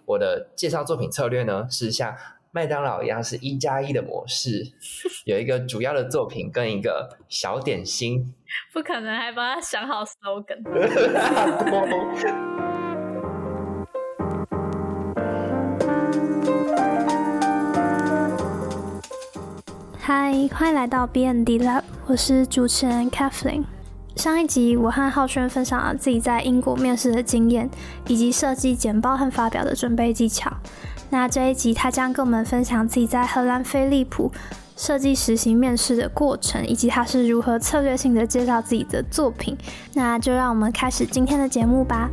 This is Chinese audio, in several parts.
我的介绍作品策略呢是像麦当劳一样是1+1的模式，有一个主要的作品跟一个小点心。 不可能还帮他想好 slogan。嗨，欢迎来到 B&D Lab， 我是主持人 Kathleen。上一集我和浩轩分享了自己在英国面试的经验，以及设计简报和发表的准备技巧。那这一集他将跟我们分享自己在荷兰飞利浦设计实习面试的过程，以及他是如何策略性的介绍自己的作品。那就让我们开始今天的节目吧。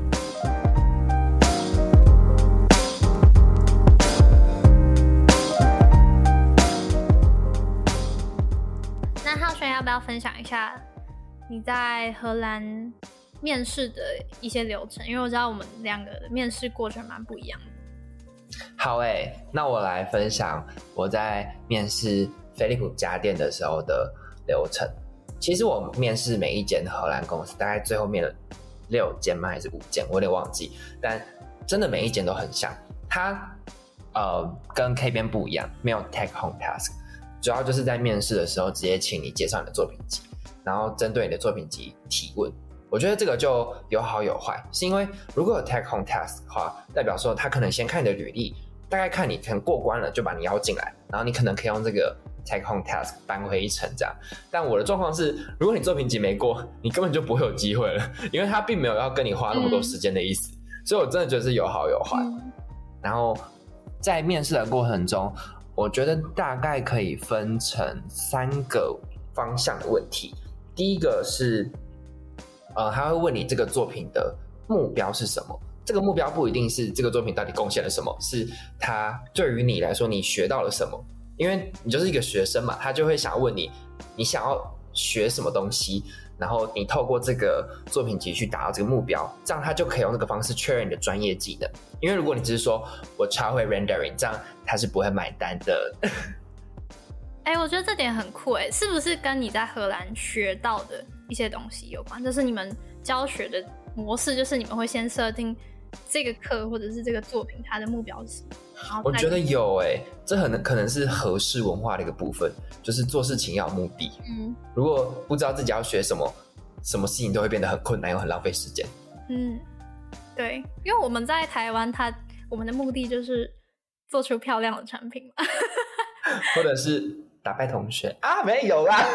那浩轩要不要分享一下你在荷兰面试的一些流程？因为我知道我们两个的面试过程蛮不一样的。 好那我来分享我在面试飞利浦家电的时候的流程。其实我面试每一间荷兰公司，大概最后面的6间吗还是5间，我有点忘记，但真的每一间都很像。它跟 K 边不一样，没有 take home task， 主要就是在面试的时候直接请你介绍你的作品集，然后针对你的作品集提问。我觉得这个就有好有坏，是因为如果有 take home task 的话，代表说他可能先看你的履历，大概看你可能过关了就把你邀进来，然后你可能可以用这个 take home task 扳回一城这样。但我的状况是，如果你作品集没过，你根本就不会有机会了，因为他并没有要跟你花那么多时间的意思。所以我真的觉得是有好有坏。然后在面试的过程中，我觉得大概可以分成3个方向的问题。第一个是他会问你这个作品的目标是什么。这个目标不一定是这个作品到底贡献了什么，是他对于你来说你学到了什么。因为你就是一个学生嘛，他就会想要问你，你想要学什么东西，然后你透过这个作品集去达到这个目标，这样他就可以用这个方式确认你的专业技能。因为如果你只是说我超会 rendering， 这样他是不会买单的。 我觉得这点很酷是不是跟你在荷兰学到的一些东西有关？就是你们教学的模式，就是你们会先设定这个课或者是这个作品它的目标是什么？ 我觉得有这可能是荷式文化的一个部分，就是做事情要有目的。如果不知道自己要学什么，什么事情都会变得很困难又很浪费时间。 对，因为我们在台湾我们的目的就是做出漂亮的产品嘛。 或者是打败同学啊？没有啦。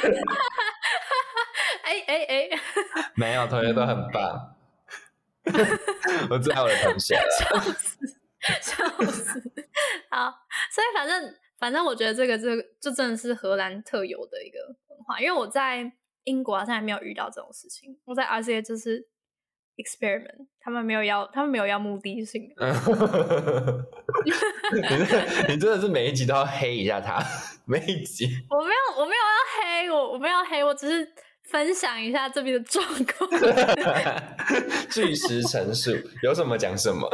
没有，同学都很棒。我最爱我的同学了。 笑死。好，所以反正我觉得这个就真的是荷兰特有的一个文化，因为我在英国好像还没有遇到这种事情。我在 RCA 就是 experiment， 他们没有要目的性的。 你真的是每一集都要黑一下他。每一集我没有要黑，我没有要黑，我只是分享一下这边的状况。 据实陈述，有什么讲什么。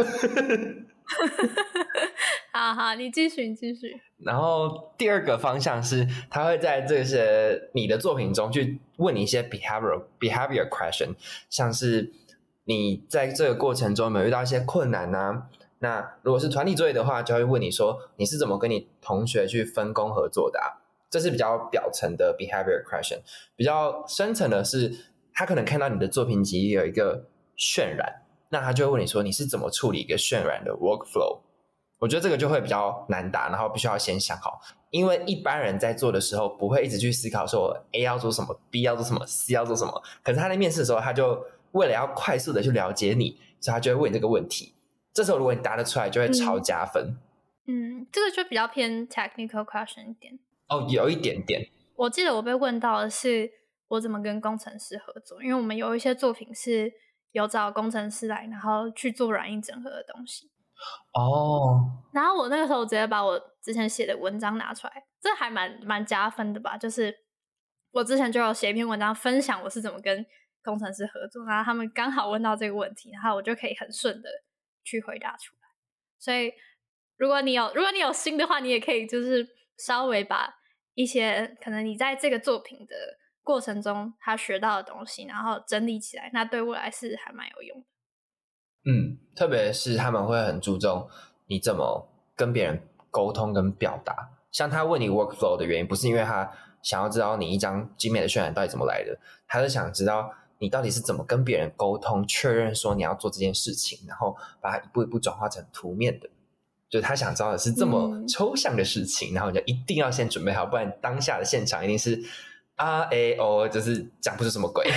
好，你继续。 然后第2个方向是，他会在这些你的作品中去问你一些 behavior question， 像是你在这个过程中有没有遇到一些困难啊？那如果是团体作业的话，就会问你说你是怎么跟你同学去分工合作的啊？这是比较表层的 behavior question。 比较深层的是，他可能看到你的作品集有一个渲染，那他就会问你说你是怎么处理一个渲染的 workflow。 我觉得这个就会比较难答，然后必须要先想好。因为一般人在做的时候不会一直去思考说 A 要做什么， B 要做什么， C 要做什么。可是他在面试的时候，他就为了要快速的去了解你，所以他就会问你这个问题。这时候如果你答得出来，就会超加分。 这个就比较偏 technical question 一点。 有一点点。 我记得我被问到的是我怎么跟工程师合作，因为我们有一些作品是有找工程师来，然后去做软硬整合的东西。然后我那个时候直接把我之前写的文章拿出来，这还蛮加分的吧。就是我之前就有写一篇文章分享我是怎么跟工程师合作，然后他们刚好问到这个问题，然后我就可以很顺的去回答出来。所以如果你有心的话，你也可以就是稍微把一些可能你在这个作品的过程中他学到的东西，然后整理起来，那对未来是还蛮有用的。 特别是他们会很注重你怎么跟别人沟通跟表达。像他问你 workflow 的原因，不是因为他想要知道你一张精美的渲染到底怎么来的，他是想知道你到底是怎么跟别人沟通，确认说你要做这件事情，然后把它一步一步转化成图面的。就是他想知道的是这么抽象的事情，然后你就一定要先准备好，不然当下的现场一定是就是讲不出什么鬼。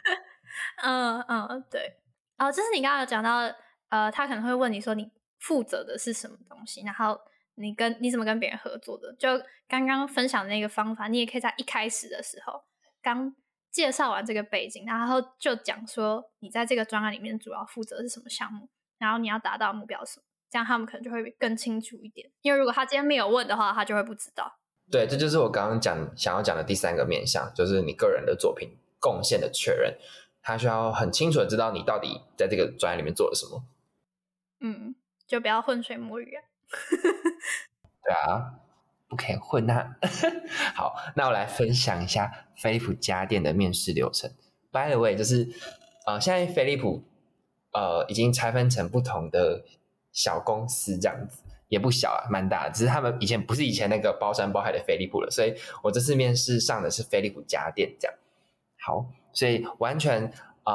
对。就是你刚刚有讲到，他可能会问你说你负责的是什么东西，然后你怎么跟别人合作的。就刚刚分享的那个方法，你也可以在一开始的时候刚介绍完这个背景，然后就讲说你在这个专案里面主要负责的是什么项目，然后你要达到的目标是什么，这样他们可能就会更清楚一点。因为如果他今天没有问的话，他就会不知道。 对，这就是我刚刚想要讲的第三个面向，就是你个人的作品贡献的确认。他需要很清楚的知道你到底在这个专案里面做了什么。 就不要浑水摸鱼啊。 对啊，不可以混啊。好，那我来分享一下飞利浦家电的面试流程。By the way， 就是现在飞利浦已经拆分成不同的小公司，这样子也不小啊，蛮大的。只是他们不是以前那个包山包海的飞利浦了，所以我这次面试上的是飞利浦家电，这样。好，所以完全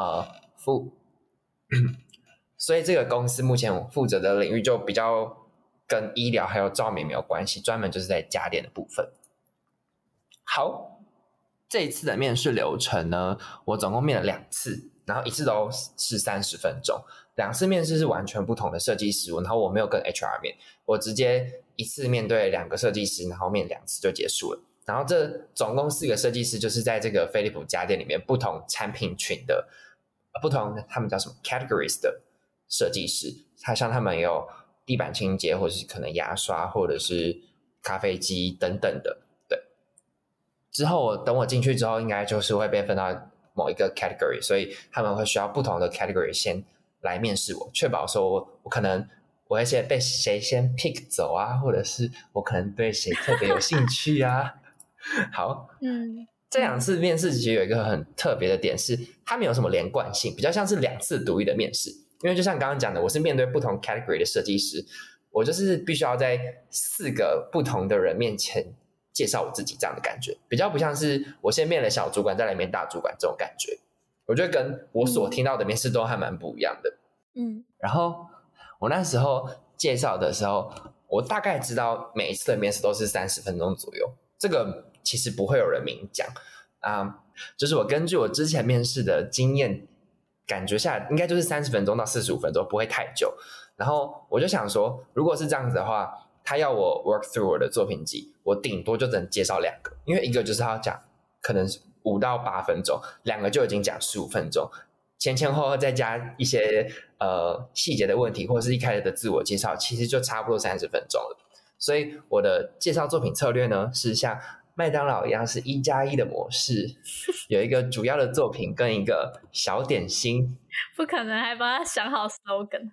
所以这个公司目前负责的领域就比较跟医疗还有照明没有关系，专门就是在家电的部分。好，这一次的面试流程呢，我总共面了2次，然后一次都是30分钟，2次面试是完全不同的设计师，然后我没有跟 HR 面，我直接一次面对2个设计师，然后面2次就结束了。然后这总共4个设计师就是在这个飞利浦家电里面不同产品群的不同他们叫什么 categories 的设计师，像他们有地板清洁或者是可能牙刷或者是咖啡机等等的。对，之后等我进去之后应该就是会被分到某一个 category， 所以他们会需要不同的 category 先来面试我，确保说我可能我会先被谁先 pick 走啊，或者是我可能对谁特别有兴趣啊。好，这2次面试其实有一个很特别的点是，它没有什么连贯性，比较像是2次独立的面试。因为就像刚刚讲的，我是面对不同 category 的设计师，我就是必须要在4个不同的人面前介绍我自己，这样的感觉，比较不像是我先面了小主管再来面大主管这种感觉。我觉得跟我所听到的面试都还蛮不一样的。然后我那时候介绍的时候，我大概知道每一次的面试都是30分钟左右，这个其实不会有人明讲就是我根据我之前面试的经验感觉下来，应该就是30分钟到45分钟，不会太久。然后我就想说，如果是这样子的话，他要我 work through 我的作品集，我顶多就只能介绍2个，因为一个就是他要讲可能5到8分钟，2个就已经讲15分钟，前后后再加一些细节的问题，或者是一开始的自我介绍，其实就差不多30分钟了。所以我的介绍作品策略呢，是像麦当劳一样是1+1的模式，有一个主要的作品跟一个小点心。 不可能还帮他想好 slogan。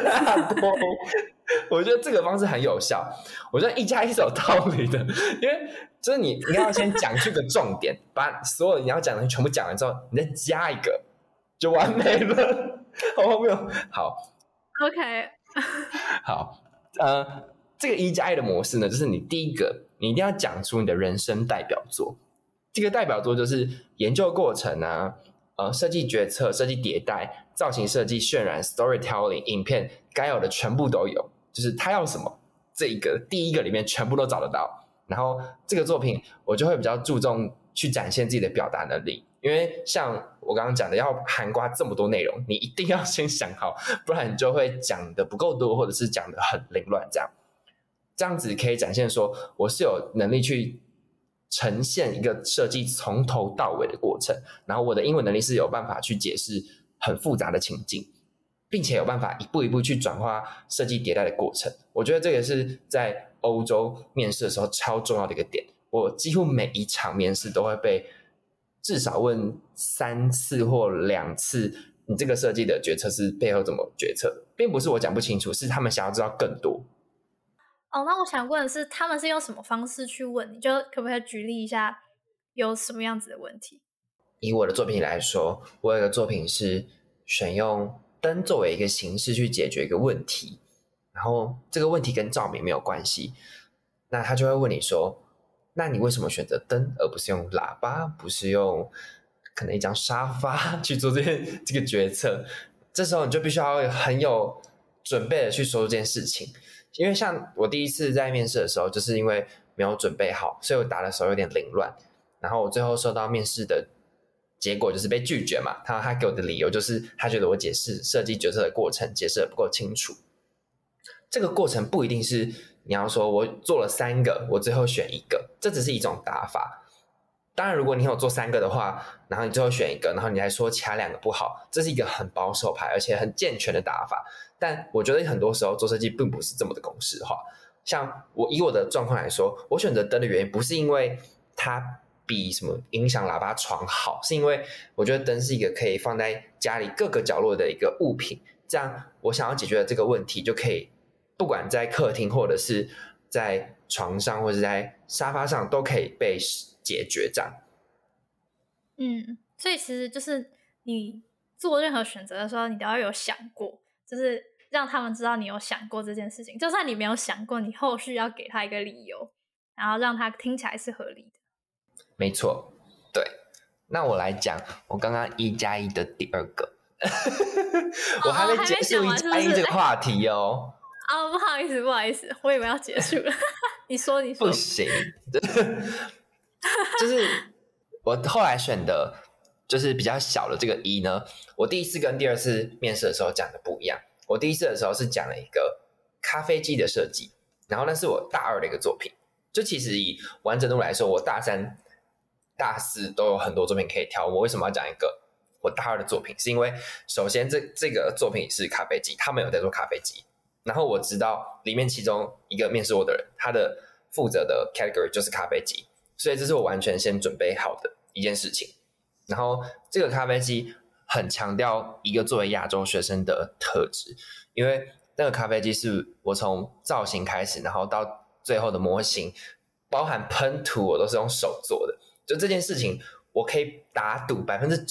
我觉得这个方式很有效，我觉得1+1是有道理的，因为就是你应该要先讲出个重点，把所有你要讲的全部讲完之后，你再加一个就完美了。好没有好 OK 好这个1+1的模式呢，就是你第一个你一定要讲出你的人生代表作，这个代表作就是研究过程啊，设计决策、设计迭代、造型设计、渲染、storytelling、影片该有的全部都有，就是他要什么这一个第一个里面全部都找得到。然后这个作品我就会比较注重去展现自己的表达能力，因为像我刚刚讲的要涵盖这么多内容，你一定要先想好，不然你就会讲的不够多，或者是讲的很凌乱，这样子可以展现说我是有能力去呈现一个设计从头到尾的过程，然后我的英文能力是有办法去解释很复杂的情境，并且有办法一步一步去转化设计迭代的过程。我觉得这个是在欧洲面试的时候超重要的一个点，我几乎每一场面试都会被至少问3次或2次你这个设计的决策是背后怎么决策，并不是我讲不清楚，是他们想要知道更多。 那我想问的是，他们是用什么方式去问你？就可不可以举例一下有什么样子的问题？ 以我的作品来说，我有一个作品是选用灯作为一个形式去解决一个问题，然后这个问题跟照明没有关系，那他就会问你说，那你为什么选择灯而不是用喇叭，不是用可能一张沙发去做这个决策？这时候你就必须要很有准备的去说这件事情。因为像我第一次在面试的时候，就是因为没有准备好，所以我答的时候有点凌乱，然后我最后收到面试的结果就是被拒绝嘛。他给我的理由就是他觉得我解释设计决策的过程解释的不够清楚。这个过程不一定是你要说我做了3个我最后选1个，这只是一种打法。当然如果你有做3个的话，然后你最后选1个，然后你还说其他2个不好，这是一个很保守牌而且很健全的打法。但我觉得很多时候做设计并不是这么的公式化。像以我的状况来说，我选择灯的原因不是因为它比什么音响喇叭床好，是因为我觉得灯是一个可以放在家里各个角落的一个物品，这样我想要解决的这个问题就可以不管在客厅或者是在床上或者在沙发上都可以被解决这样。 所以其实就是你做任何选择的时候你都要有想过，就是让他们知道你有想过这件事情，就算你没有想过，你后续要给他一个理由，然后让他听起来是合理的。 没错，对。那我来讲我刚刚1+1的第2个我还没结束1+1这个话题哦。 不好意思，我以为要结束了你说不行就是我后来选的就是比较小的这个1呢，我第一次跟第2次面试的时候讲的不一样。我第一次的时候是讲了一个咖啡机的设计，然后那是我大2的一个作品。就其实以完整度来说，我大3大4都有很多作品可以挑。我为什么要讲一个我大2的作品，是因为首先这个作品是咖啡机，他们有在做咖啡机，然后我知道里面其中一个面试我的人他的负责的 category 就是咖啡机，所以这是我完全先准备好的一件事情。然后这个咖啡机很强调一个作为亚洲学生的特质，因为那个咖啡机是我从造型开始，然后到最后的模型包含喷涂我都是用手做的。就这件事情我可以打赌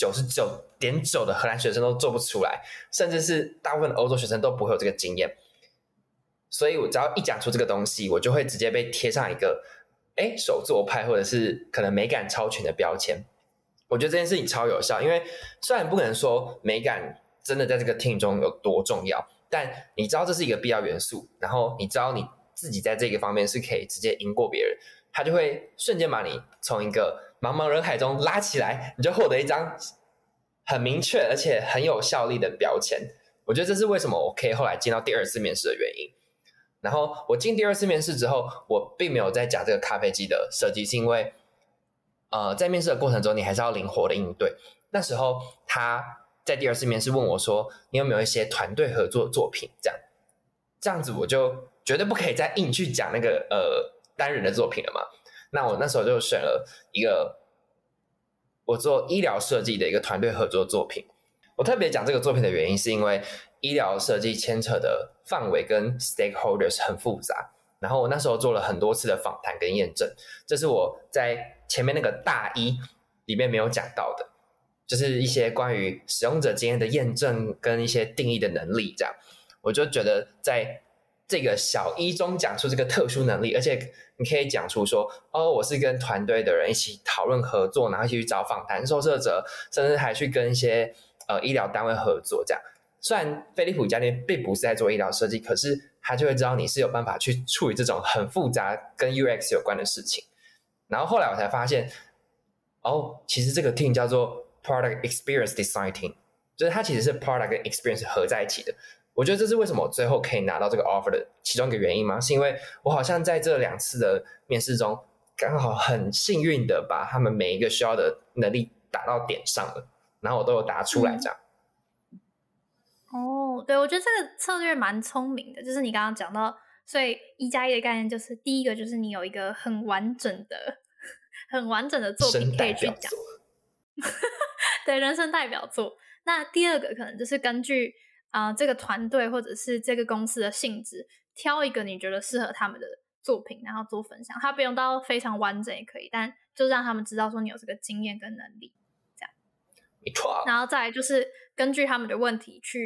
99.9% 的荷兰学生都做不出来，甚至是大部分的欧洲学生都不会有这个经验。所以我只要一讲出这个东西，我就会直接被贴上一个手作派或者是可能美感超群的标签。我觉得这件事情超有效，因为虽然不可能说美感真的在这个 team 中有多重要，但你知道这是一个必要元素，然后你知道你自己在这个方面是可以直接赢过别人，他就会瞬间把你从一个茫茫人海中拉起来，你就获得一张很明确而且很有效力的标签。我觉得这是为什么我可以后来进到第2次面试的原因。然后我进第2次面试之后，我并没有再讲这个咖啡机的设计，是因为在面试的过程中你还是要灵活的应对。那时候他在第2次面试问我说，你有没有一些团队合作作品，这样子我就绝对不可以再硬去讲那个单人的作品了嘛。那我那时候就选了一个我做医疗设计的一个团队合作作品。我特别讲这个作品的原因是因为医疗设计牵扯的范围跟 stakeholders 很复杂，然后我那时候做了很多次的访谈跟验证，这是我在前面那个大1里面没有讲到的，就是一些关于使用者经验的验证跟一些定义的能力。这样我就觉得在这个小1中讲出这个特殊能力，而且你可以讲出说我是跟团队的人一起讨论合作，然后一起去找访谈受测者，甚至还去跟一些医疗单位合作。这样虽然飞利浦家电并不是在做医疗设计，可是他就会知道你是有办法去处理这种很复杂跟 UX 有关的事情。然后后来我才发现其实这个 team 叫做 Product Experience Design Team， 就是它其实是 Product 跟 Experience 合在一起的。我觉得这是为什么我最后可以拿到这个 offer 的其中一个原因吗？是因为我好像在这2次的面试中刚好很幸运的把他们每一个需要的能力打到点上了，然后我都有答出来这样。 对，我觉得这个策略蛮聪明的，就是你刚刚讲到，所以1+1的概念就是第一个就是你有一个很完整的作品可以去讲对，人生代表作。那第2个可能就是根据这个团队或者是这个公司的性质，挑一个你觉得适合他们的作品，然后做分享。它不用到非常完整也可以，但就让他们知道说你有这个经验跟能力，这样。 没错。 然后再来就是根据他们的问题去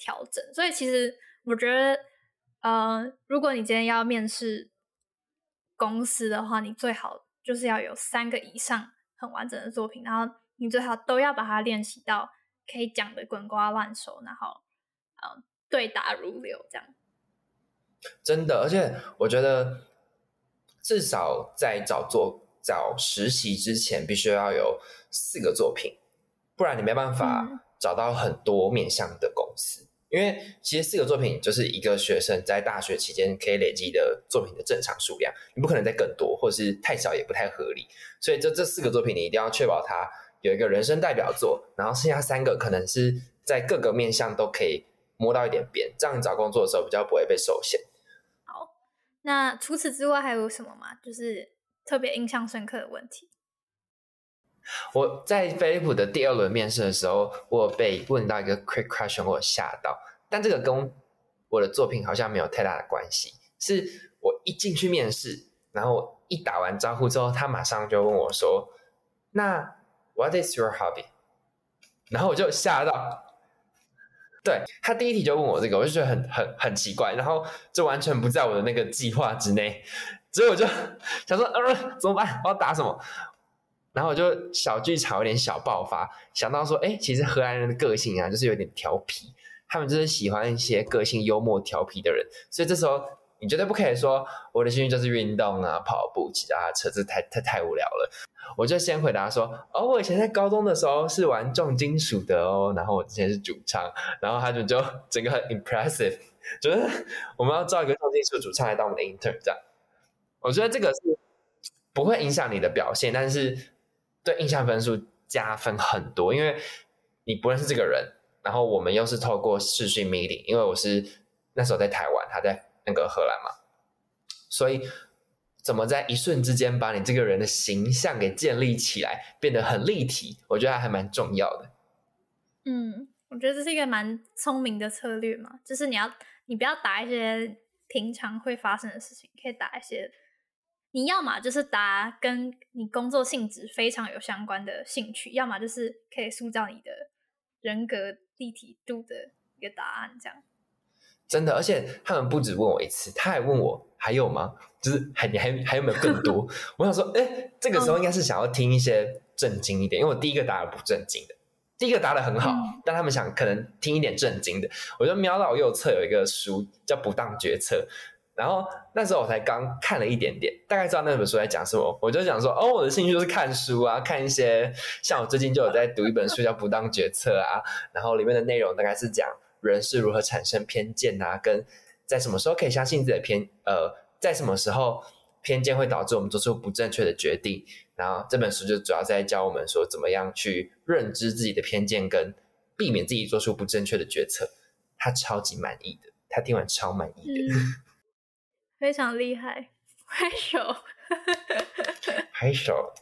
调整。所以其实我觉得如果你今天要面试公司的话，你最好就是要有3个以上很完整的作品，然后你最好都要把它练习到可以讲的滚瓜烂熟，然后对答如流这样。 真的，而且我觉得至少在找实习之前必须要有4个作品，不然你没办法找到很多面向的公司。因为其实4个作品就是一个学生在大学期间可以累积的作品的正常数量，你不可能再更多，或是太少也不太合理。所以这4个作品你一定要确保它有一个人生代表作，然后剩下3个可能是在各个面向都可以摸到一点边，这样你找工作的时候比较不会被受限。 好，那除此之外还有什么吗？就是特别印象深刻的问题。 我在飞利浦的第2轮面试的时候，我有被问到一个 quick question， 我有吓到，但这个跟我的作品好像没有太大的关系。是我一进去面试，然后我一打完招呼之后，他马上就问我说：“那 What is your hobby？” 然后我就吓到。对，他第一题就问我这个，我就觉得很奇怪，然后这完全不在我的那个计划之内，所以我就想说，怎么办？我要答什么？然后我就小剧场有点小爆发，想到说，其实荷兰人的个性啊，就是有点调皮，他们就是喜欢一些个性幽默调皮的人，所以这时候你绝对不可以说我的兴趣就是运动啊、跑步、骑脚踏车，这太无聊了。我就先回答说，我以前在高中的时候是玩重金属的哦，然后我之前是主唱，然后他们就整个很 impressive， 觉得我们要招一个重金属主唱来当我们的 intern 这样。我觉得这个是不会影响你的表现，但是对印象分数加分很多，因为你不认识这个人，然后我们又是透过视讯 meeting， 因为我是那时候在台湾，他在那个荷兰嘛，所以怎么在一瞬之间把你这个人的形象给建立起来，变得很立体，我觉得还蛮重要的。 我觉得这是一个蛮聪明的策略嘛，就是你不要打一些平常会发生的事情，可以打一些你要嘛就是答跟你工作性质非常有相关的兴趣，要么就是可以塑造你的人格立体度的一个答案这样。 真的，而且他们不止问我一次，他还问我还有吗？就是你还有没有更多？我想说，这个时候应该是想要听一些正经一点，因为我第一个答的不正经的，第一个答的很好，但他们想可能听一点正经的。我就瞄到我右侧有一个书叫《不当决策》，然后那时候我才刚看了一点点，大概知道那本书在讲什么。我就想说，我的兴趣就是看书啊，看一些像我最近就有在读一本书叫《不当决策》啊，然后里面的内容大概是讲人是如何产生偏见啊，跟在什么时候可以相信自己的在什么时候偏见会导致我们做出不正确的决定。然后这本书就主要在教我们说怎么样去认知自己的偏见跟避免自己做出不正确的决策。他超级满意的，他听完超满意的。 非常厉害，拍手拍手。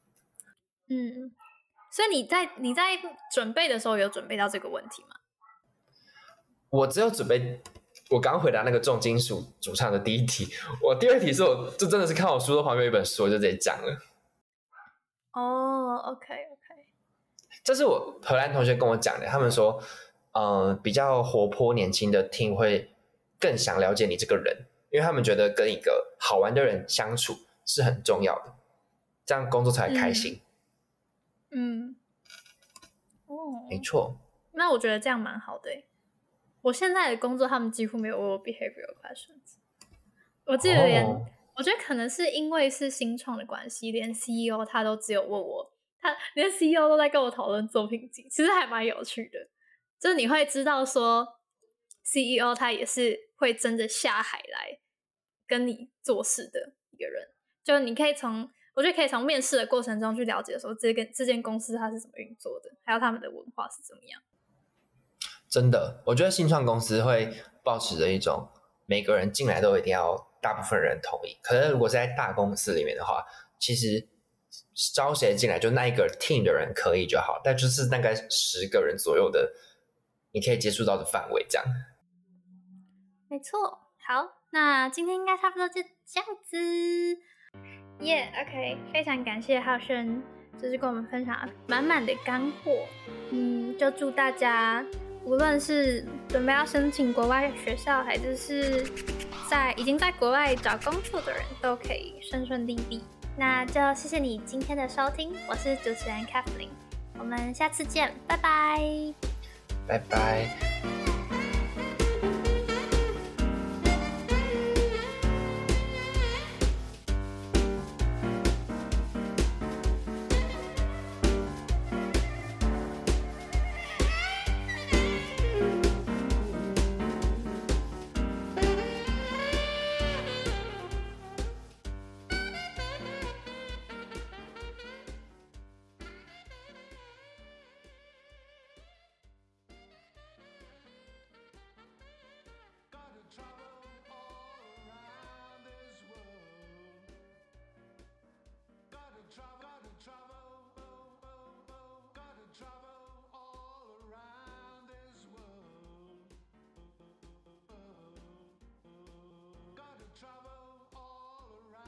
所以你在准备的时候有准备到这个问题吗？ 我只有准备我刚回答那个重金属主唱的第一题，我第2题是我就真的是看我书桌旁边有一本书，我就直接讲了。 OK， 这是我荷兰同学跟我讲的，他们说比较活泼年轻的听会更想了解你这个人，因为他们觉得跟一个好玩的人相处是很重要的，这样工作才开心。没错。 那我觉得这样蛮好的耶。我现在的工作他们几乎没有问我 behavioral questions， 我记得我觉得可能是因为是新创的关系，连 CEO 他都只有问我，连 CEO 都在跟我讨论作品集，其实还蛮有趣的。就是你会知道说 CEO 他也是会真的下海来跟你做事的一个人，就你可以我觉得可以从面试的过程中去了解说这间公司它是怎么运作的，还有他们的文化是怎么样。 真的，我觉得新创公司会抱持着一种每个人进来都一定要大部分人同意，可是如果是在大公司里面的话，其实招谁进来就那一个 team 的人可以就好，但就是大概10个人左右的你可以接触到的范围这样。 没错。好，那今天应该差不多就这样子。OK， 非常感谢浩轩，就是跟我们分享满满的干货。就祝大家无论是准备要申请国外学校，还是已经在国外找工作的人，都可以顺顺利利。那就谢谢你今天的收听，我是主持人 Kathleen， 我们下次见，拜拜， 拜拜。